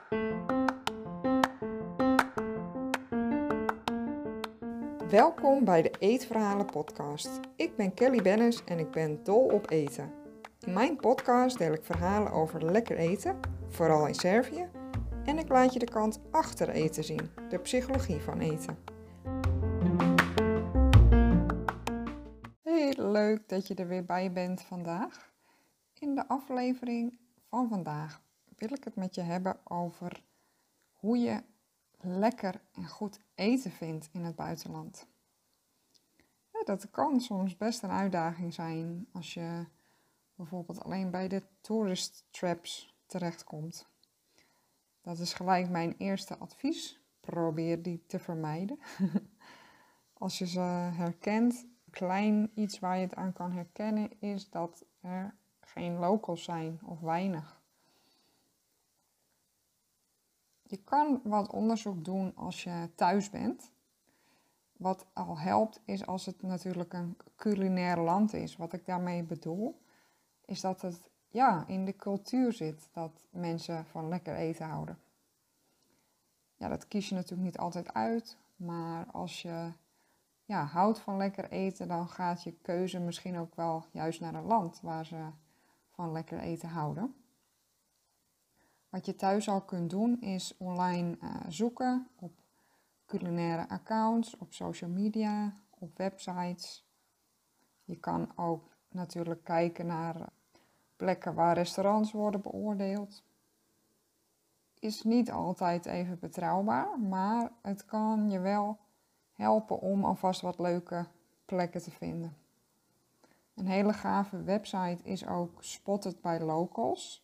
Welkom bij de Eetverhalen podcast. Ik ben Kelly Bennis en ik ben dol op eten. In mijn podcast deel ik verhalen over lekker eten, vooral in Servië. En ik laat je de kant achter eten zien, de psychologie van eten. Heel leuk dat je er weer bij bent vandaag. In de aflevering van vandaag wil ik het met je hebben over hoe je lekker en goed eten vindt in het buitenland. Ja, dat kan soms best een uitdaging zijn als je bijvoorbeeld alleen bij de tourist traps terechtkomt. Dat is gelijk mijn eerste advies. Probeer die te vermijden. Als je ze herkent, klein iets waar je het aan kan herkennen is dat er geen locals zijn of weinig. Je kan wat onderzoek doen als je thuis bent. Wat al helpt is als het natuurlijk een culinair land is. Wat ik daarmee bedoel is dat het in de cultuur zit dat mensen van lekker eten houden. Ja, dat kies je natuurlijk niet altijd uit, maar als je houdt van lekker eten, dan gaat je keuze misschien ook wel juist naar een land waar ze van lekker eten houden. Wat je thuis al kunt doen is online zoeken op culinaire accounts, op social media, op websites. Je kan ook natuurlijk kijken naar plekken waar restaurants worden beoordeeld. Is niet altijd even betrouwbaar, maar het kan je wel helpen om alvast wat leuke plekken te vinden. Een hele gave website is ook Spotted by Locals.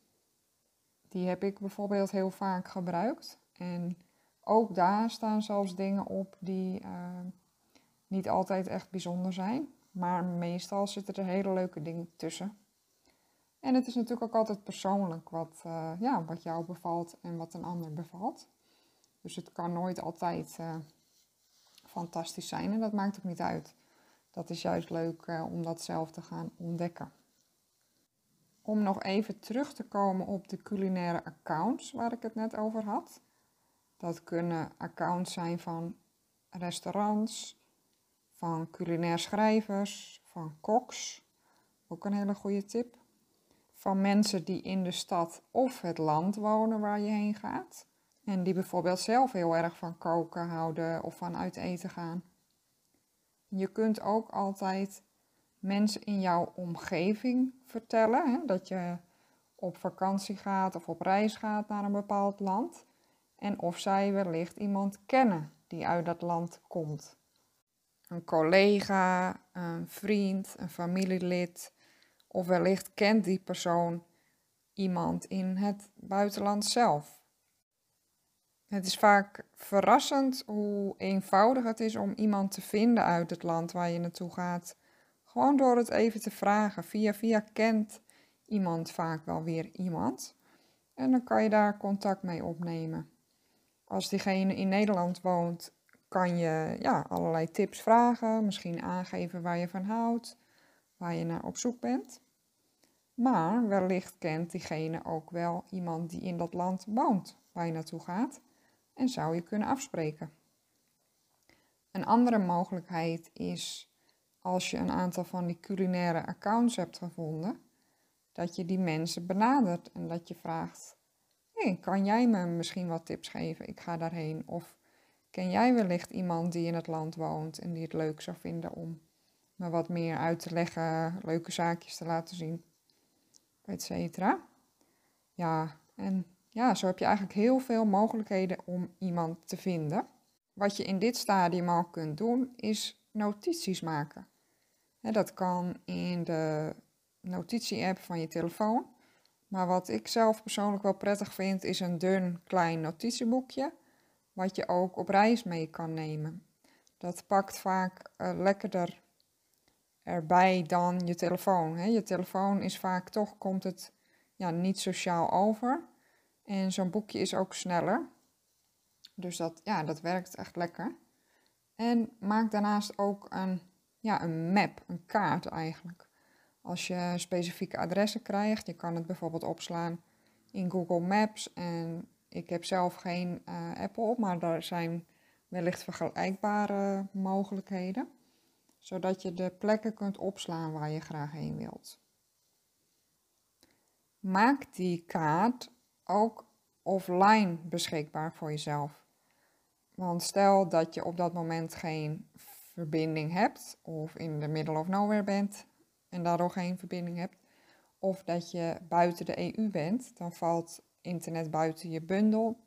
Die heb ik bijvoorbeeld heel vaak gebruikt. En ook daar staan zelfs dingen op die niet altijd echt bijzonder zijn. Maar meestal zitten er hele leuke dingen tussen. En het is natuurlijk ook altijd persoonlijk wat jou bevalt en wat een ander bevalt. Dus het kan nooit altijd fantastisch zijn en dat maakt ook niet uit. Dat is juist leuk om dat zelf te gaan ontdekken. Om nog even terug te komen op de culinaire accounts waar ik het net over had. Dat kunnen accounts zijn van restaurants, van culinair schrijvers, van koks. Ook een hele goede tip. Van mensen die in de stad of het land wonen waar je heen gaat. En die bijvoorbeeld zelf heel erg van koken houden of van uit eten gaan. Je kunt ook altijd mensen in jouw omgeving vertellen. Hè, dat je op vakantie gaat of op reis gaat naar een bepaald land. En of zij wellicht iemand kennen die uit dat land komt. Een collega, een vriend, een familielid. Of wellicht kent die persoon iemand in het buitenland zelf. Het is vaak verrassend hoe eenvoudig het is om iemand te vinden uit het land waar je naartoe gaat. Gewoon door het even te vragen. Via kent iemand vaak wel weer iemand. En dan kan je daar contact mee opnemen. Als diegene in Nederland woont, kan je allerlei tips vragen. Misschien aangeven waar je van houdt, waar je naar op zoek bent. Maar wellicht kent diegene ook wel iemand die in dat land woont waar je naartoe gaat en zou je kunnen afspreken. Een andere mogelijkheid is, als je een aantal van die culinaire accounts hebt gevonden, dat je die mensen benadert en dat je vraagt: hey, kan jij me misschien wat tips geven? Ik ga daarheen. Of ken jij wellicht iemand die in het land woont en die het leuk zou vinden om me wat meer uit te leggen, leuke zaakjes te laten zien, etcetera. Zo heb je eigenlijk heel veel mogelijkheden om iemand te vinden. Wat je in dit stadium al kunt doen, is notities maken. Dat kan in de notitie-app van je telefoon. Maar wat ik zelf persoonlijk wel prettig vind, is een dun klein notitieboekje, wat je ook op reis mee kan nemen. Dat pakt vaak lekkerder erbij dan je telefoon. Je telefoon is vaak toch, komt het niet sociaal over. En zo'n boekje is ook sneller. Dus dat werkt echt lekker. En maak daarnaast ook een map, een kaart eigenlijk. Als je specifieke adressen krijgt, je kan het bijvoorbeeld opslaan in Google Maps. En Ik heb zelf geen Apple, maar er zijn wellicht vergelijkbare mogelijkheden. Zodat je de plekken kunt opslaan waar je graag heen wilt. Maak die kaart ook offline beschikbaar voor jezelf. Want stel dat je op dat moment geen verbinding hebt, of in de middle of nowhere bent en daardoor geen verbinding hebt, of dat je buiten de EU bent, dan valt internet buiten je bundel.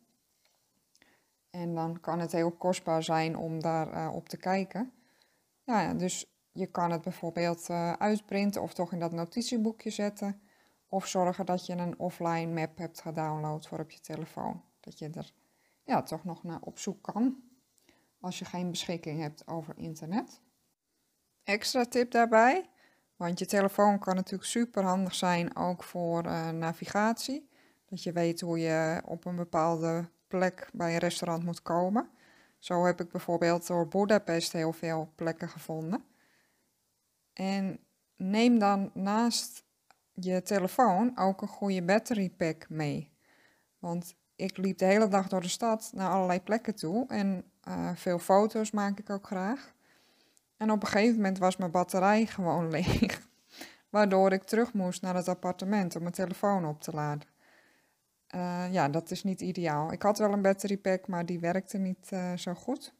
En dan kan het heel kostbaar zijn om daar op te kijken. Ja, dus je kan het bijvoorbeeld uitprinten of toch in dat notitieboekje zetten. Of zorgen dat je een offline map hebt gedownload voor op je telefoon. Dat je er toch nog naar op zoek kan als je geen beschikking hebt over internet. Extra tip daarbij, want je telefoon kan natuurlijk super handig zijn ook voor navigatie. Dat je weet hoe je op een bepaalde plek bij een restaurant moet komen. Zo heb ik bijvoorbeeld door Budapest heel veel plekken gevonden. En neem dan naast je telefoon ook een goede battery pack mee. Want ik liep de hele dag door de stad naar allerlei plekken toe en veel foto's maak ik ook graag. En op een gegeven moment was mijn batterij gewoon leeg, waardoor ik terug moest naar het appartement om mijn telefoon op te laden. Dat is niet ideaal. Ik had wel een battery pack, maar die werkte niet zo goed.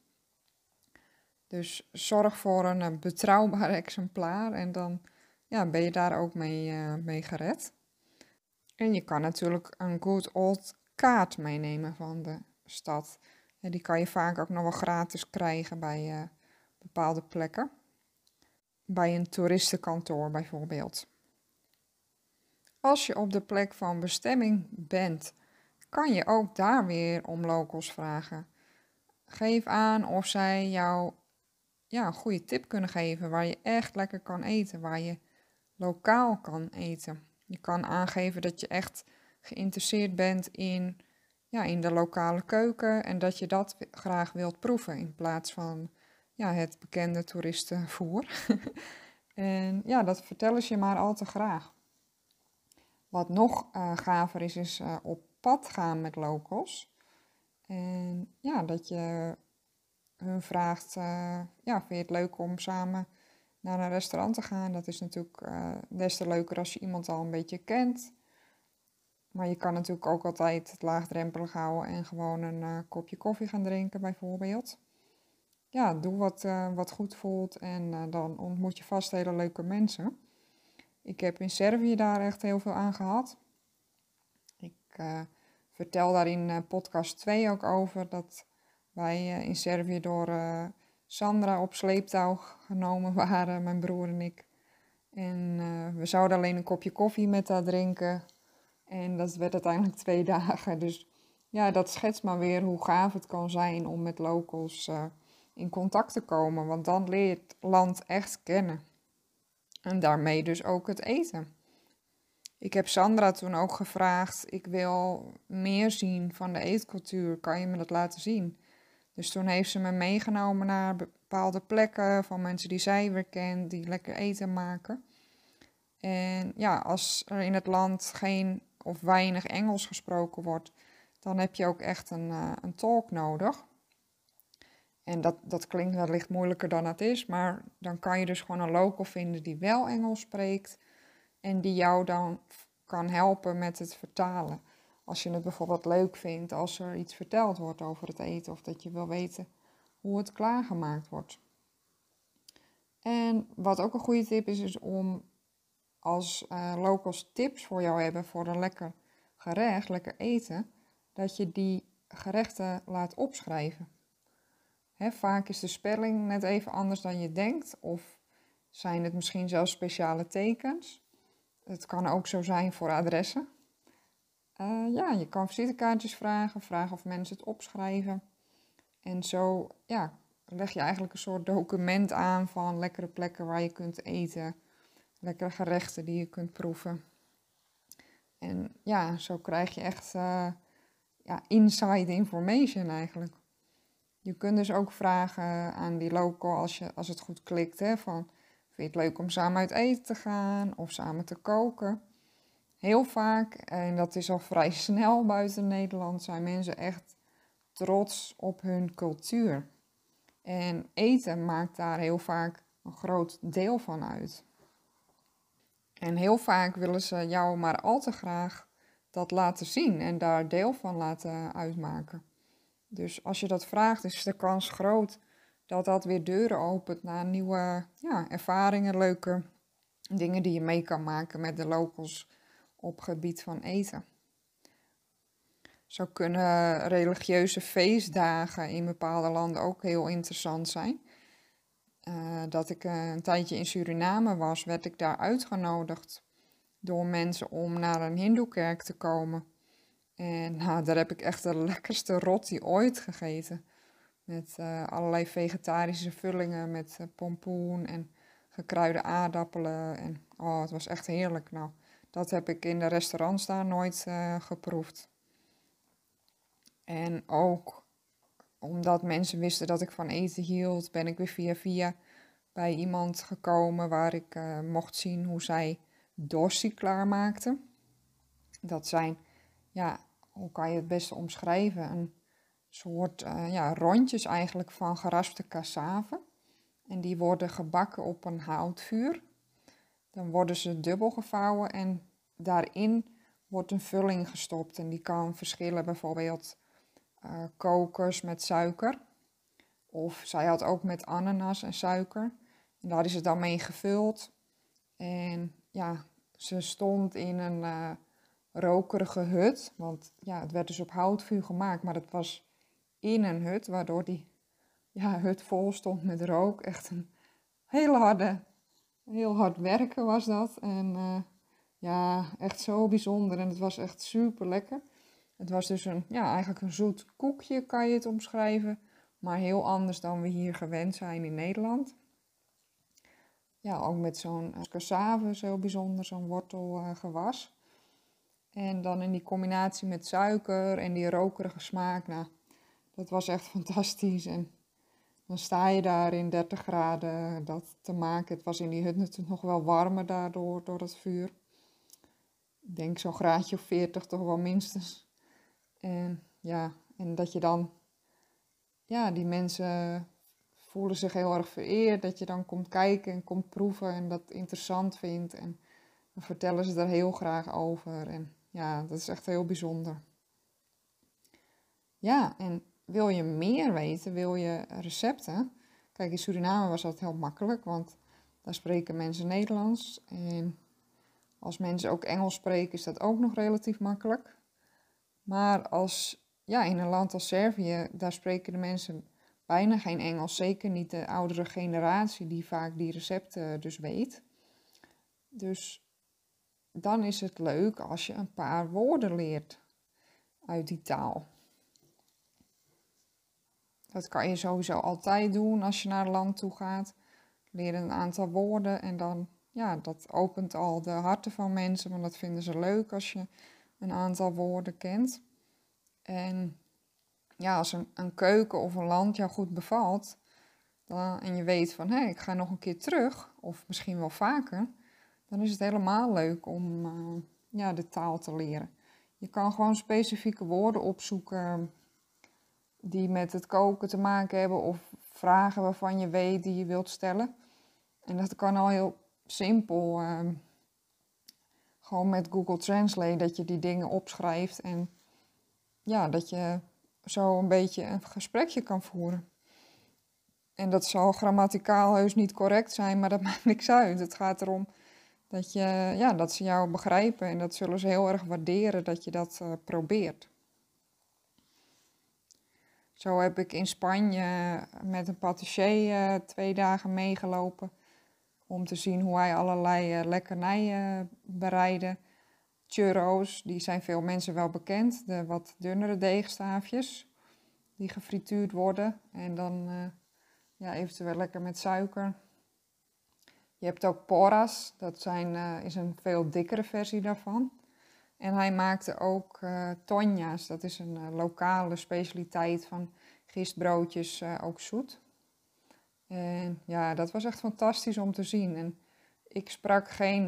Dus zorg voor een betrouwbaar exemplaar en dan ben je daar ook mee gered. En je kan natuurlijk een good old kaart meenemen van de stad. En die kan je vaak ook nog wel gratis krijgen bij bepaalde plekken. Bij een toeristenkantoor bijvoorbeeld. Als je op de plek van bestemming bent, kan je ook daar weer om locals vragen. Geef aan of zij jou een goede tip kunnen geven waar je echt lekker kan eten, waar je lokaal kan eten. Je kan aangeven dat je echt geïnteresseerd bent in de lokale keuken en dat je dat graag wilt proeven in plaats van het bekende toeristenvoer. En dat vertellen ze je maar al te graag. Wat nog gaver is op pad gaan met locals. En dat je hun vraagt, vind je het leuk om samen naar een restaurant te gaan? Dat is natuurlijk des te leuker als je iemand al een beetje kent. Maar je kan natuurlijk ook altijd het laagdrempelig houden en gewoon een kopje koffie gaan drinken bijvoorbeeld. Ja, doe wat goed voelt en dan ontmoet je vast hele leuke mensen. Ik heb in Servië daar echt heel veel aan gehad. Ik vertel daar in podcast 2 ook over dat wij in Servië door Sandra op sleeptouw genomen waren, mijn broer en ik. En we zouden alleen een kopje koffie met haar drinken. En dat werd uiteindelijk 2 dagen. Dus dat schetst maar weer hoe gaaf het kan zijn om met locals in contact te komen. Want dan leer je het land echt kennen. En daarmee dus ook het eten. Ik heb Sandra toen ook gevraagd, ik wil meer zien van de eetcultuur, kan je me dat laten zien? Dus toen heeft ze me meegenomen naar bepaalde plekken van mensen die zij weer kent, die lekker eten maken. En als er in het land geen of weinig Engels gesproken wordt, dan heb je ook echt een tolk nodig. En dat klinkt wellicht moeilijker dan het is, maar dan kan je dus gewoon een local vinden die wel Engels spreekt en die jou dan kan helpen met het vertalen. Als je het bijvoorbeeld leuk vindt als er iets verteld wordt over het eten of dat je wil weten hoe het klaargemaakt wordt. En wat ook een goede tip is om als locals tips voor jou hebben voor een lekker gerecht, lekker eten, dat je die gerechten laat opschrijven. Vaak is de spelling net even anders dan je denkt of zijn het misschien zelfs speciale tekens. Het kan ook zo zijn voor adressen. Je kan visitekaartjes vragen of mensen het opschrijven. En zo leg je eigenlijk een soort document aan van lekkere plekken waar je kunt eten. Lekkere gerechten die je kunt proeven. En zo krijg je echt inside information eigenlijk. Je kunt dus ook vragen aan die local als het goed klikt. Van, vind je het leuk om samen uit eten te gaan of samen te koken? heel vaak, en dat is al vrij snel buiten Nederland, zijn mensen echt trots op hun cultuur. En eten maakt daar heel vaak een groot deel van uit. En heel vaak willen ze jou maar al te graag dat laten zien en daar deel van laten uitmaken. Dus als je dat vraagt, is de kans groot dat dat weer deuren opent naar nieuwe ervaringen, leuke dingen die je mee kan maken met de locals op gebied van eten. Zo kunnen religieuze feestdagen in bepaalde landen ook heel interessant zijn. Dat ik een tijdje in Suriname was, werd ik daar uitgenodigd door mensen om naar een hindoekerk te komen. En daar heb ik echt de lekkerste roti ooit gegeten. Met allerlei vegetarische vullingen, met pompoen en gekruide aardappelen. En het was echt heerlijk. Nou, dat heb ik in de restaurants daar nooit geproefd. En ook omdat mensen wisten dat ik van eten hield, ben ik weer via via bij iemand gekomen waar ik mocht zien hoe zij dorsi klaarmaakten. Dat zijn, hoe kan je het beste omschrijven? Een soort rondjes eigenlijk van geraspte cassave. En die worden gebakken op een houtvuur. Dan worden ze dubbel gevouwen en daarin wordt een vulling gestopt. En die kan verschillen, bijvoorbeeld kokos met suiker. Of zij had ook met ananas en suiker. En daar is het dan mee gevuld. En ze stond in een rokerige hut. Want het werd dus op houtvuur gemaakt, maar het was in een hut, waardoor die hut vol stond met rook. Echt een heel hard werken was dat. En echt zo bijzonder. En het was echt super lekker. Het was dus eigenlijk een zoet koekje, kan je het omschrijven. Maar heel anders dan we hier gewend zijn in Nederland. Ja, ook met zo'n cassave, zo bijzonder, zo'n wortelgewas. En dan in die combinatie met suiker en die rokerige smaak. Nou, dat was echt fantastisch. En dan sta je daar in 30 graden dat te maken. Het was in die hut natuurlijk nog wel warmer daardoor, door het vuur. Ik denk zo'n graadje of 40 toch wel minstens. En en dat je dan, die mensen voelen zich heel erg vereerd. Dat je dan komt kijken en komt proeven en dat interessant vindt. En dan vertellen ze er heel graag over. En dat is echt heel bijzonder. Ja, en wil je meer weten, wil je recepten? Kijk, in Suriname was dat heel makkelijk, want daar spreken mensen Nederlands. En als mensen ook Engels spreken, is dat ook nog relatief makkelijk. Maar in een land als Servië, daar spreken de mensen bijna geen Engels. Zeker niet de oudere generatie die vaak die recepten dus weet. Dus dan is het leuk als je een paar woorden leert uit die taal. Dat kan je sowieso altijd doen als je naar een land toe gaat. Leer een aantal woorden en dan, dat opent al de harten van mensen. Want dat vinden ze leuk als je een aantal woorden kent. En als een keuken of een land jou goed bevalt, en je weet van, ik ga nog een keer terug, of misschien wel vaker, dan is het helemaal leuk om de taal te leren. Je kan gewoon specifieke woorden opzoeken die met het koken te maken hebben of vragen waarvan je weet die je wilt stellen. En dat kan al heel simpel, gewoon met Google Translate, dat je die dingen opschrijft en dat je zo een beetje een gesprekje kan voeren. En dat zal grammaticaal heus niet correct zijn, maar dat maakt niks uit. Het gaat erom dat ze jou begrijpen en dat zullen ze heel erg waarderen dat je dat probeert. Zo heb ik in Spanje met een patissier 2 dagen meegelopen om te zien hoe hij allerlei lekkernijen bereidde. Churros, die zijn veel mensen wel bekend, de wat dunnere deegstaafjes die gefrituurd worden en dan eventueel lekker met suiker. Je hebt ook porras, dat is een veel dikkere versie daarvan. En hij maakte ook tonja's, dat is een lokale specialiteit van gistbroodjes, ook zoet. En dat was echt fantastisch om te zien. En ik sprak geen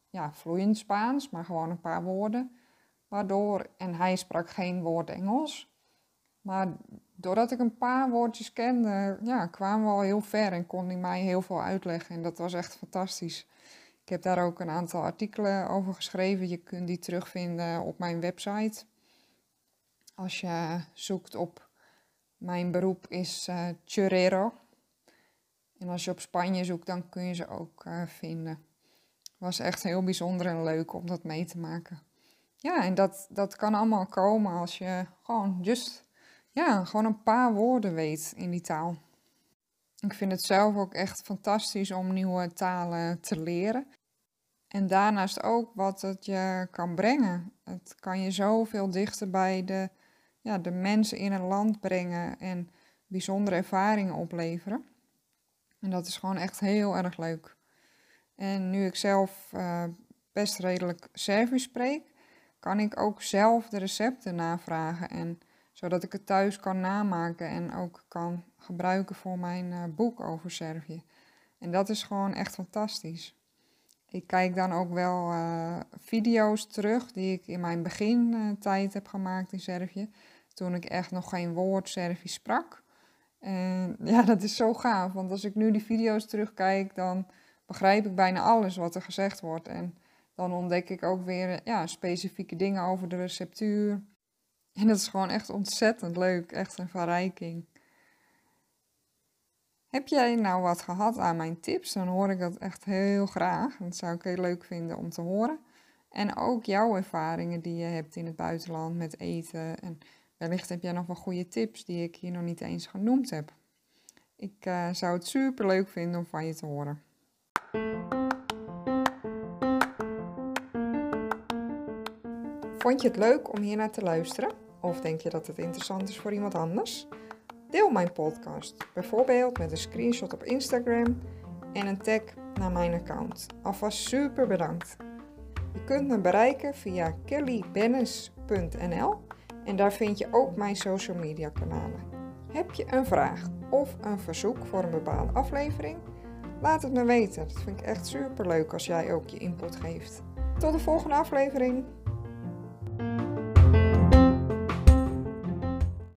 vloeiend Spaans, maar gewoon een paar woorden. En hij sprak geen woord Engels. Maar doordat ik een paar woordjes kende, kwamen we al heel ver en kon hij mij heel veel uitleggen. En dat was echt fantastisch. Ik heb daar ook een aantal artikelen over geschreven. Je kunt die terugvinden op mijn website. Als je zoekt op mijn beroep is chorero. En als je op Spanje zoekt, dan kun je ze ook vinden. Het was echt heel bijzonder en leuk om dat mee te maken. Ja, en dat kan allemaal komen als je gewoon een paar woorden weet in die taal. Ik vind het zelf ook echt fantastisch om nieuwe talen te leren. En daarnaast ook wat het je kan brengen. Het kan je zoveel dichter bij de mensen in een land brengen en bijzondere ervaringen opleveren. En dat is gewoon echt heel erg leuk. En nu ik zelf best redelijk Servisch spreek, kan ik ook zelf de recepten navragen. Zodat ik het thuis kan namaken en ook kan gebruiken voor mijn boek over Servië. En dat is gewoon echt fantastisch. Ik kijk dan ook wel video's terug die ik in mijn begintijd heb gemaakt in Servië. Toen ik echt nog geen woord Servisch sprak. En dat is zo gaaf, want als ik nu die video's terugkijk, dan begrijp ik bijna alles wat er gezegd wordt. En dan ontdek ik ook weer specifieke dingen over de receptuur. En dat is gewoon echt ontzettend leuk, echt een verrijking. Heb jij nou wat gehad aan mijn tips? Dan hoor ik dat echt heel graag. Dat zou ik heel leuk vinden om te horen. En ook jouw ervaringen die je hebt in het buitenland met eten. En wellicht heb jij nog wel goede tips die ik hier nog niet eens genoemd heb. Ik zou het super leuk vinden om van je te horen. Vond je het leuk om hier naar te luisteren? Of denk je dat het interessant is voor iemand anders? Deel mijn podcast, bijvoorbeeld met een screenshot op Instagram en een tag naar mijn account. Alvast super bedankt. Je kunt me bereiken via kellybennis.nl en daar vind je ook mijn social media kanalen. Heb je een vraag of een verzoek voor een bepaalde aflevering? Laat het me weten. Dat vind ik echt super leuk als jij ook je input geeft. Tot de volgende aflevering.